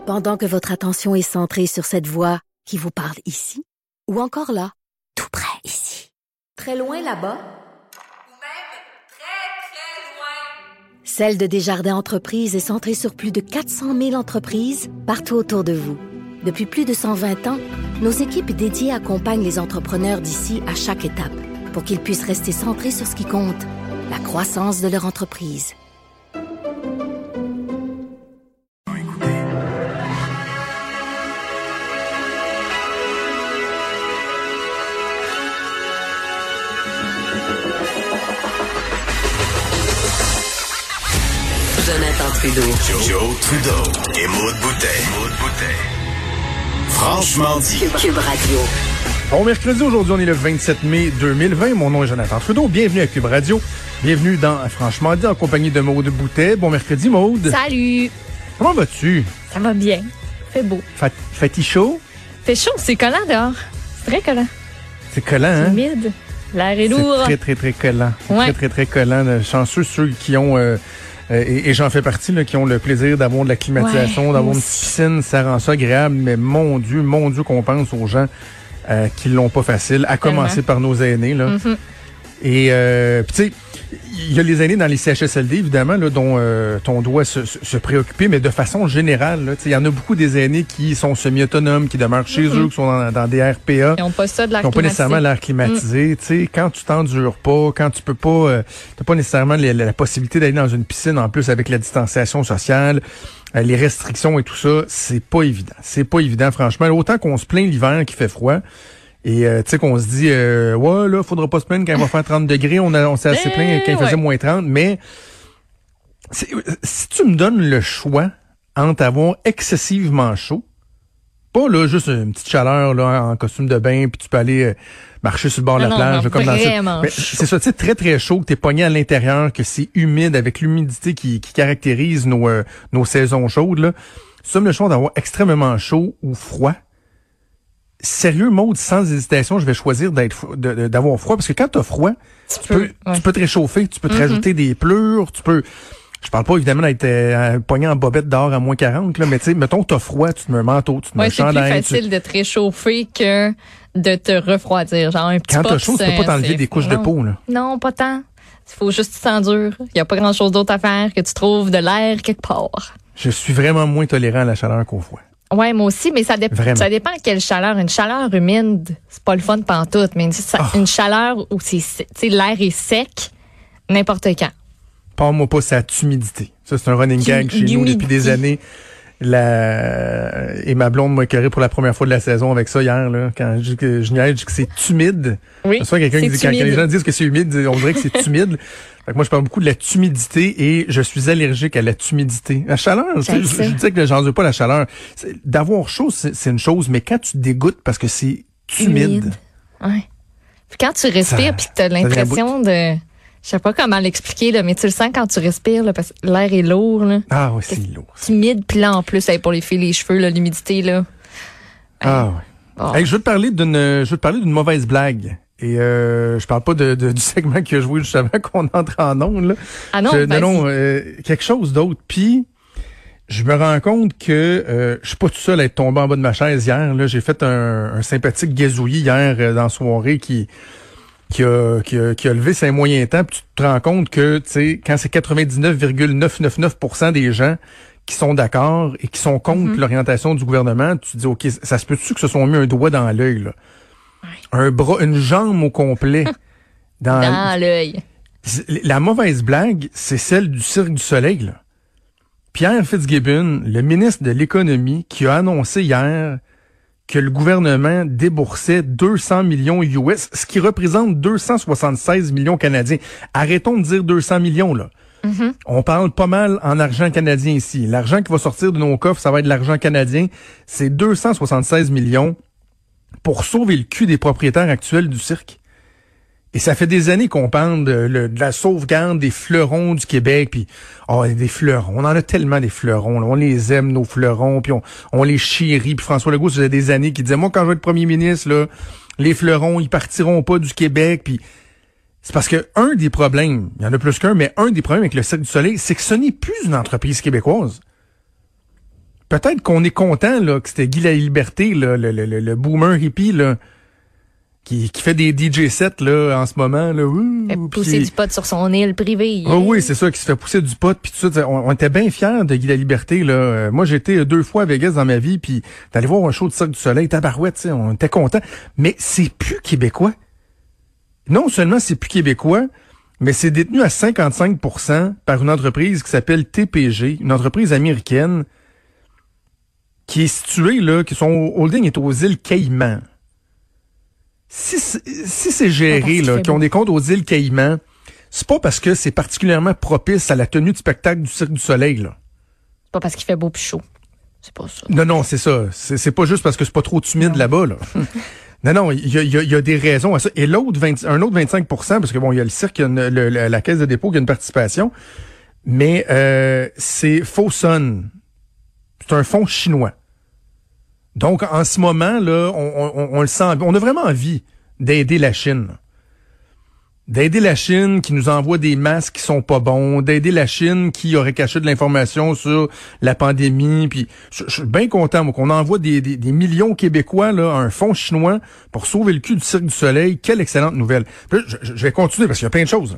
Pendant que votre attention est centrée sur cette voix qui vous parle ici, ou encore là, tout près ici, très loin là-bas, ou même très, très loin, Celle de Desjardins Entreprises est centrée sur plus de 400 000 entreprises partout autour de vous. Depuis plus de 120 ans, nos équipes dédiées accompagnent les entrepreneurs d'ici à chaque étape pour qu'ils puissent rester centrés sur ce qui compte, la croissance de leur entreprise. Jonathan Trudeau. Joe Trudeau et Maude Boutet. Franchement dit. Cube Radio. Bon mercredi, aujourd'hui on est le 27 mai 2020. Mon nom est Jonathan Trudeau. Bienvenue à Cube Radio. Bienvenue dans Franchement dit en compagnie de Maude Boutet. Bon mercredi Maude. Salut. Comment vas-tu? Ça va bien. Fait beau. Fait-il chaud? Fait chaud, c'est collant dehors. C'est très collant. C'est collant, C'est hein? humide. L'air est lourd. C'est très collant. Ouais. Très collant. Chanceux ceux qui ont... et j'en fais partie, là, qui ont le plaisir d'avoir de la climatisation, d'avoir une piscine, ça rend ça agréable, mais mon Dieu qu'on pense aux gens qui l'ont pas facile, à commencer par nos aînés. Là. Mm-hmm. Et puis tu sais, il y a les aînés dans les CHSLD, évidemment, là, dont on doit se préoccuper, mais de façon générale, il y en a beaucoup des aînés qui sont semi-autonomes, qui demeurent chez eux, qui sont dans des RPA. Ils n'ont pas ça de l'air Ils n'ont pas climatisé. nécessairement l'air climatisé. Tu sais, quand tu t'endures pas, quand tu peux pas, t'as pas nécessairement la possibilité d'aller dans une piscine en plus avec la distanciation sociale, les restrictions et tout ça, c'est pas évident. C'est pas évident, franchement. Autant qu'on se plaint l'hiver qui fait froid. Et tu sais qu'on se dit ouais là, faudra pas se plaindre quand il va faire 30 degrés, on s'est assez plaint quand il faisait moins 30, mais si tu me donnes le choix entre avoir excessivement chaud, pas là juste une petite chaleur là en costume de bain puis tu peux aller marcher sur le bord de la plage comme dans ça. C'est ça, tu sais, très très chaud, que t'es pogné à l'intérieur, que c'est humide avec l'humidité qui caractérise nos saisons chaudes là. Si tu me le choix d'avoir extrêmement chaud ou froid, sérieux, Maude, sans hésitation, je vais choisir d'avoir froid, parce que quand t'as froid, tu peux te réchauffer, tu peux te rajouter des pleurs, je parle pas évidemment d'être pogné en bobette dehors à moins 40, là, mais tu sais, mettons que t'as froid, tu te mets un manteau, tu te mets un chandail. C'est plus facile de te réchauffer que de te refroidir. Genre un petit Quand t'as chaud, tu peux pas t'enlever des couches de peau, là. Non, pas tant. Il faut juste que tu t'endures. Il y a pas grand chose d'autre à faire que tu trouves de l'air quelque part. Je suis vraiment moins tolérant à la chaleur qu'au froid. Ouais, moi aussi, mais ça dépend de quelle chaleur. Une chaleur humide, c'est pas le fun pantoute, mais une chaleur où l'air est sec, n'importe quand. Parle-moi pas sa humidité. Ça, c'est un running gag chez nous depuis des années. Et ma blonde m'a écœuré pour la première fois de la saison avec ça hier, là. Quand je dis que c'est humide. Oui. C'est quelqu'un qui dit, quand les gens disent que c'est humide, on dirait que c'est humide. Fait que moi, je parle beaucoup de la tumidité et je suis allergique à la tumidité. La chaleur, je disais que j'en veux pas la chaleur. D'avoir chaud, c'est une chose, mais quand tu dégoûtes parce que c'est humide. Ouais. Puis quand tu respires puis que t'as l'impression de... Je sais pas comment l'expliquer, là, mais tu le sens quand tu respires, là, parce que l'air est lourd. Là. Ah oui, c'est lourd. Humide, puis là, en plus, pour les filles, les cheveux, là, l'humidité, là. Ah oui. Oh. Hey, je veux te parler d'une mauvaise blague. Et je parle pas du segment que je joué juste avant qu'on entre en ondes, là. Ah non, quelque chose d'autre. Puis je me rends compte que je suis pas tout seul à être tombé en bas de ma chaise hier. Là, j'ai fait un sympathique gazouillis hier dans la soirée qui a levé ses moyens temps. Puis tu te rends compte que tu sais, quand c'est 99,999% des gens qui sont d'accord et qui sont contre l'orientation du gouvernement, tu te dis ok, ça se peut-tu que se sont mis un doigt dans l'œil là? Un bras, une jambe au complet dans l'œil. La mauvaise blague, c'est celle du Cirque du Soleil, là. Pierre Fitzgibbon, le ministre de l'Économie, qui a annoncé hier que le gouvernement déboursait 200 millions US, ce qui représente 276 millions canadiens. Arrêtons de dire 200 millions, là. On parle pas mal en argent canadien ici. L'argent qui va sortir de nos coffres, ça va être de l'argent canadien. C'est 276 millions pour sauver le cul des propriétaires actuels du cirque. Et ça fait des années qu'on parle de la sauvegarde des fleurons du Québec, puis des fleurons, on en a tellement des fleurons, là. On les aime nos fleurons, puis on les chérit. Puis François Legault, ça faisait des années qu'il disait moi quand je vais être premier ministre là, les fleurons ils partiront pas du Québec. Puis c'est parce que un des problèmes, il y en a plus qu'un, mais un des problèmes avec le Cirque du Soleil, c'est que ce n'est plus une entreprise québécoise. peut-être qu'on est content là que c'était Guy Laliberté, là, le boomer hippie là, qui fait des DJ sets là en ce moment là. Fait pousser du pot sur son île privée. Oh oui, c'est ça, qui se fait pousser du pot puis tout ça. On était bien fiers de Guy Laliberté là. Moi, j'ai été 2 fois à Vegas dans ma vie, puis d'aller voir un show de Cirque du Soleil, tabarouette, tu sais, on était contents. Mais c'est plus québécois. Non seulement c'est plus québécois, mais c'est détenu à 55% par une entreprise qui s'appelle TPG, une entreprise américaine qui est située là, qui son holding est aux îles Caïmans. Si c'est géré là, qui ont des comptes aux îles Caïmans, c'est pas parce que c'est particulièrement propice à la tenue de spectacle du Cirque du Soleil là. C'est pas parce qu'il fait beau pis chaud. C'est pas ça. Non, c'est ça. C'est pas juste parce que c'est pas trop humide là-bas là. Non, il y a des raisons à ça. Et un autre 25%, parce que bon, il y a le cirque, il y a la caisse de dépôt qui a une participation, mais c'est Fosun. C'est un fonds chinois. Donc, en ce moment, là, on le sent, on a vraiment envie d'aider la Chine. D'aider la Chine qui nous envoie des masques qui sont pas bons, d'aider la Chine qui aurait caché de l'information sur la pandémie. Puis je suis bien content moi, qu'on envoie des millions Québécois là, à un fonds chinois pour sauver le cul du Cirque du Soleil. Quelle excellente nouvelle. Puis là, je vais continuer parce qu'il y a plein de choses.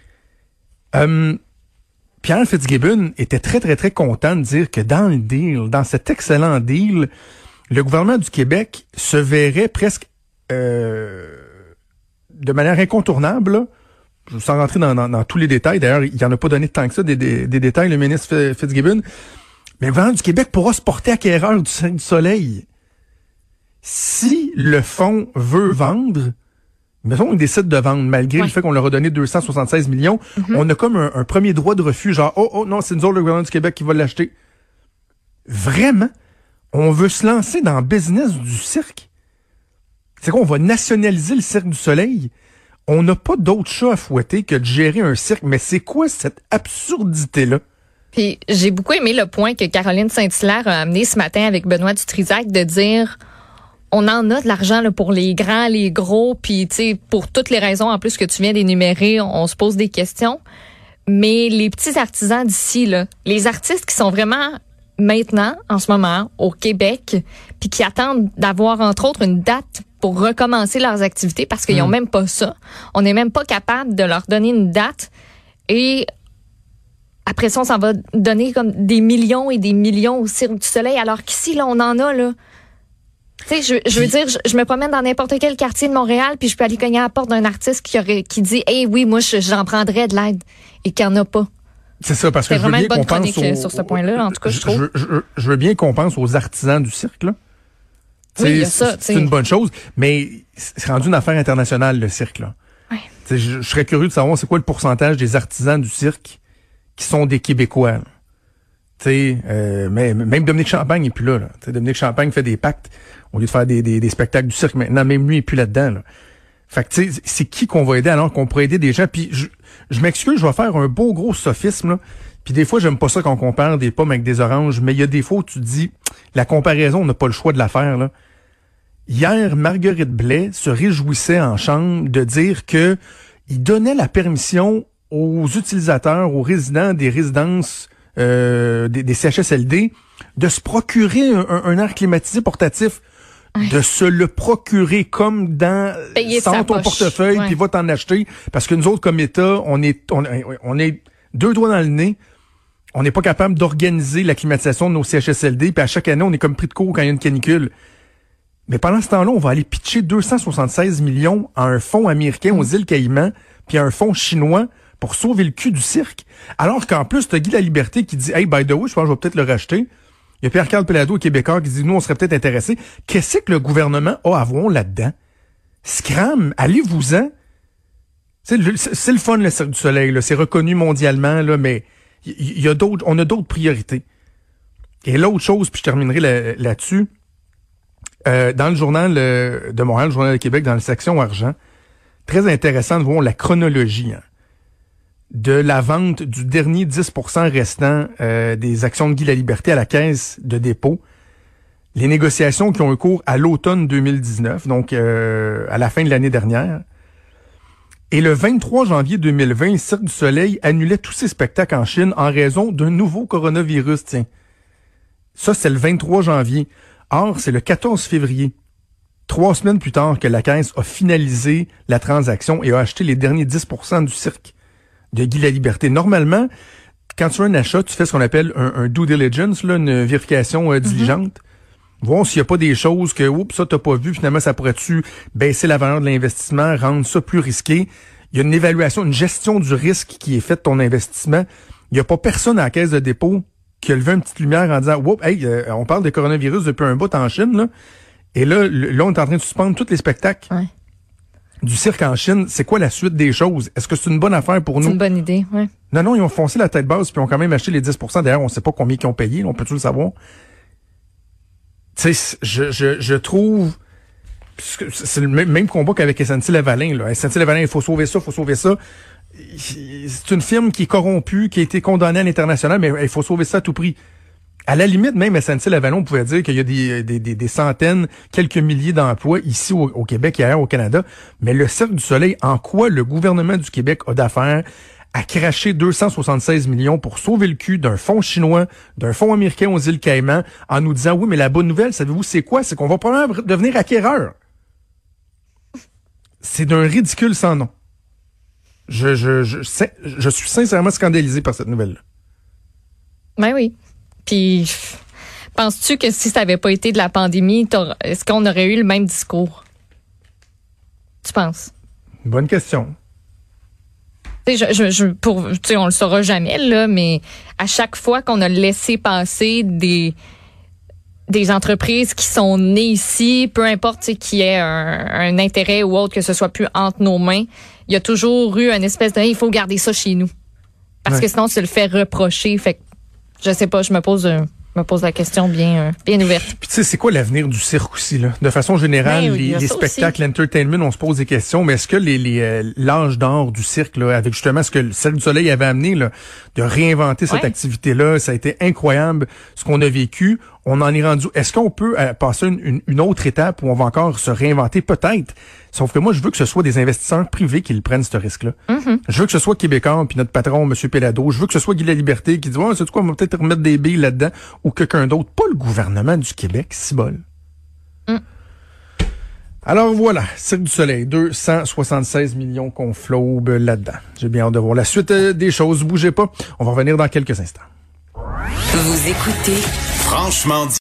Pierre Fitzgibbon était très, très, très content de dire que dans le deal, dans cet excellent deal, le gouvernement du Québec se verrait presque de manière incontournable, là, sans rentrer dans tous les détails, d'ailleurs, il en a pas donné tant que ça, des détails, le ministre Fitzgibbon, mais le gouvernement du Québec pourra se porter acquéreur du Cirque du Soleil. Si le fonds veut vendre, mettons, il décide de vendre, malgré le fait qu'on leur a donné 276 millions, on a comme un premier droit de refus, genre, oh non, c'est nous autres, le gouvernement du Québec, qui va l'acheter. Vraiment? On veut se lancer dans le business du cirque? C'est quoi, on va nationaliser le Cirque du Soleil? On n'a pas d'autre chat à fouetter que de gérer un cirque. Mais c'est quoi cette absurdité-là? Puis j'ai beaucoup aimé le point que Caroline Saint-Hilaire a amené ce matin avec Benoît Dutrisac de dire on en a de l'argent là, pour les grands, les gros, puis tu sais pour toutes les raisons en plus que tu viens d'énumérer, on se pose des questions. Mais les petits artisans d'ici, là, les artistes qui sont vraiment maintenant, en ce moment, au Québec, puis qui attendent d'avoir, entre autres, une date pour recommencer leurs activités parce qu'ils n'ont même pas ça. On n'est même pas capable de leur donner une date et après ça, on s'en va donner comme des millions et des millions au Cirque du Soleil alors qu'ici, là, on en a, là. Tu sais, je veux dire, je me promène dans n'importe quel quartier de Montréal puis je peux aller cogner à la porte d'un artiste qui dit « Hey, oui, moi, j'en prendrais de l'aide » et qu'il n'y en a pas. C'est ça, parce que je veux bien qu'on pense sur ce point-là, en tout cas, je trouve. Je veux bien qu'on pense aux artisans du cirque, là. Oui, il y a ça, c'est une bonne chose, mais c'est rendu une affaire internationale, le cirque, là. Ouais. Je serais curieux de savoir c'est quoi le pourcentage des artisans du cirque qui sont des Québécois, là. Mais même Dominique Champagne est plus là. Dominique Champagne fait des pactes au lieu de faire des spectacles du cirque maintenant. Même lui est plus là-dedans. Là. Fait que tu sais, c'est qui qu'on va aider alors qu'on pourrait aider des gens. Puis je m'excuse, je vais faire un beau gros sophisme. Là. Puis des fois, j'aime pas ça quand on compare des pommes avec des oranges. Mais il y a des fois où tu te dis, la comparaison, on n'a pas le choix de la faire. Là. Hier, Marguerite Blais se réjouissait en chambre de dire que il donnait la permission aux utilisateurs, aux résidents des résidences des CHSLD de se procurer un air climatisé portatif, de se le procurer comme dans sans ton portefeuille puis va t'en acheter parce que nous autres comme État, on est 2 doigts dans le nez. On n'est pas capable d'organiser la climatisation de nos CHSLD puis à chaque année, on est comme pris de court quand il y a une canicule. Mais pendant ce temps-là, on va aller pitcher 276 millions à un fonds américain aux îles Caïmans puis à un fonds chinois pour sauver le cul du cirque. Alors qu'en plus, t'as Guy Laliberté qui dit « Hey, by the way, je pense que je vais peut-être le racheter. » Il y a Pierre-Carl Pelado, Québécois, qui dit « Nous, on serait peut-être intéressés. » Qu'est-ce que le gouvernement a à voir là-dedans? Scram, allez-vous-en. C'est le fun, le Cirque du Soleil. Là. C'est reconnu mondialement, là, mais il y a on a d'autres priorités. Et l'autre chose, puis je terminerai là-dessus, dans le journal de Montréal, le Journal de Québec, dans la section argent, très intéressant de voir la chronologie, hein, de la vente du dernier 10% restant des actions de Guy Laliberté à la caisse de dépôt. Les négociations qui ont eu cours à l'automne 2019, donc à la fin de l'année dernière. Et le 23 janvier 2020, le Cirque du Soleil annulait tous ses spectacles en Chine en raison d'un nouveau coronavirus. Tiens, Ça, c'est le 23 janvier. Or, c'est le 14 février. 3 semaines plus tard que la Caisse a finalisé la transaction et a acheté les derniers 10% du cirque de Guy Laliberté. Normalement, quand tu fais un achat, tu fais ce qu'on appelle un due diligence, là, une vérification diligente. Voir s'il n'y a pas des choses que, oups, ça t'as pas vu, finalement, ça pourrait-tu baisser la valeur de l'investissement, rendre ça plus risqué. Il y a une évaluation, une gestion du risque qui est faite de ton investissement. Il n'y a pas personne à la Caisse de dépôt qui a levé une petite lumière en disant, oups, hey, on parle de coronavirus depuis un bout en Chine, là. Et là, on est en train de suspendre tous les spectacles du cirque en Chine. C'est quoi la suite des choses? Est-ce que c'est une bonne affaire pour nous? C'est une bonne idée, oui. Non, ils ont foncé la tête basse puis ont quand même acheté les 10%. D'ailleurs, on ne sait pas combien ils ont payé. On peut-tu le savoir? Tu sais, je trouve... C'est le même combat qu'avec SNC-Lavalin, là. SNC-Lavalin, il faut sauver ça, C'est une firme qui est corrompue, qui a été condamnée à l'international, mais il faut sauver ça à tout prix. À la limite, même SNC-Lavalin, on pouvait dire qu'il y a des centaines, quelques milliers d'emplois ici au Québec et ailleurs au Canada. Mais le Cirque du Soleil, en quoi le gouvernement du Québec a d'affaires à cracher 276 millions pour sauver le cul d'un fonds chinois, d'un fonds américain aux îles Caïmans, en nous disant, oui, mais la bonne nouvelle, savez-vous, c'est quoi? C'est qu'on va probablement devenir acquéreur. C'est d'un ridicule sans nom. Je suis sincèrement scandalisé par cette nouvelle-là. Ben oui. Puis, penses-tu que si ça n'avait pas été de la pandémie, est-ce qu'on aurait eu le même discours? Tu penses? Bonne question. Tu sais, on le saura jamais, là, mais à chaque fois qu'on a laissé passer des entreprises qui sont nées ici, peu importe qu'il y ait un intérêt ou autre, que ce soit plus entre nos mains, il y a toujours eu une espèce de « il faut garder ça chez nous ». Parce que sinon, tu le fais reprocher. Fait que, je sais pas, je me pose la question bien ouverte. Puis tu sais, c'est quoi l'avenir du cirque aussi, là? De façon générale, les spectacles, l'entertainment, on se pose des questions, mais est-ce que l'âge d'or du cirque, là, avec justement ce que le Cirque du Soleil avait amené, là, de réinventer cette activité-là, ça a été incroyable ce qu'on a vécu. On en est rendu. Est-ce qu'on peut passer une autre étape où on va encore se réinventer? Peut-être. Sauf que moi, je veux que ce soit des investisseurs privés qui le prennent, ce risque-là. Je veux que ce soit Québécois, puis notre patron, M. Pellado. Je veux que ce soit Guy Laliberté qui dit, ouais, c'est quoi, on va peut-être remettre des billes là-dedans, ou quelqu'un d'autre. Pas le gouvernement du Québec, si bol. Alors voilà, Cirque du Soleil, 276 millions qu'on flaube là-dedans. J'ai bien hâte de voir la suite des choses. Bougez pas. On va revenir dans quelques instants. Vous écoutez Franchement dit.